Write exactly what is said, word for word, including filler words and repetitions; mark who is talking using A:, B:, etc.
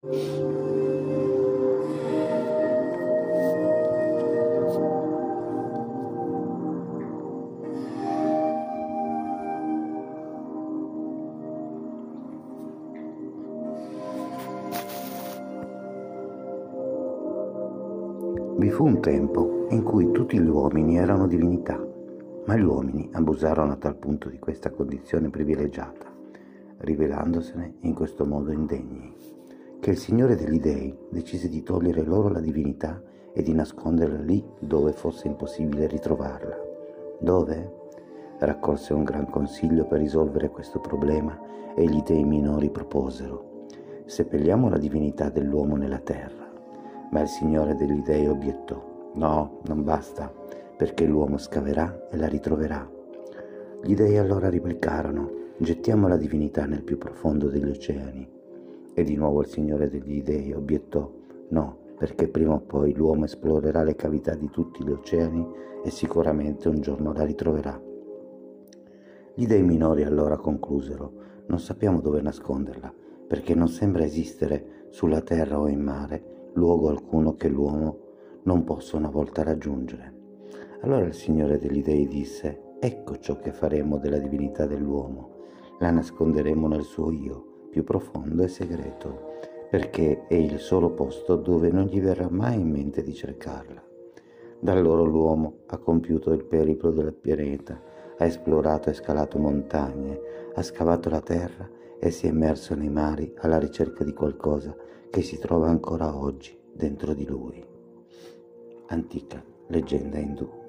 A: Vi fu un tempo in cui tutti gli uomini erano divinità, ma gli uomini abusarono a tal punto di questa condizione privilegiata, rivelandosene in questo modo indegni, che il Signore degli Dei decise di togliere loro la divinità e di nasconderla lì dove fosse impossibile ritrovarla. Dove? Raccolse un gran consiglio per risolvere questo problema e gli dei minori proposero: seppelliamo la divinità dell'uomo nella terra. Ma il Signore degli Dei obiettò: no, non basta, perché l'uomo scaverà e la ritroverà. Gli dei allora replicarono: gettiamo la divinità nel più profondo degli oceani. E di nuovo il Signore degli Dei obiettò: no, perché prima o poi l'uomo esplorerà le cavità di tutti gli oceani e sicuramente un giorno la ritroverà. Gli dei minori allora conclusero: non sappiamo dove nasconderla, perché non sembra esistere sulla terra o in mare luogo alcuno che l'uomo non possa una volta raggiungere. Allora il Signore degli Dei disse: ecco ciò che faremo della divinità dell'uomo, la nasconderemo nel suo io più profondo e segreto, perché è il solo posto dove non gli verrà mai in mente di cercarla. Da allora l'uomo ha compiuto il periplo del pianeta, ha esplorato e scalato montagne, ha scavato la terra e si è immerso nei mari alla ricerca di qualcosa che si trova ancora oggi dentro di lui. Antica leggenda indù.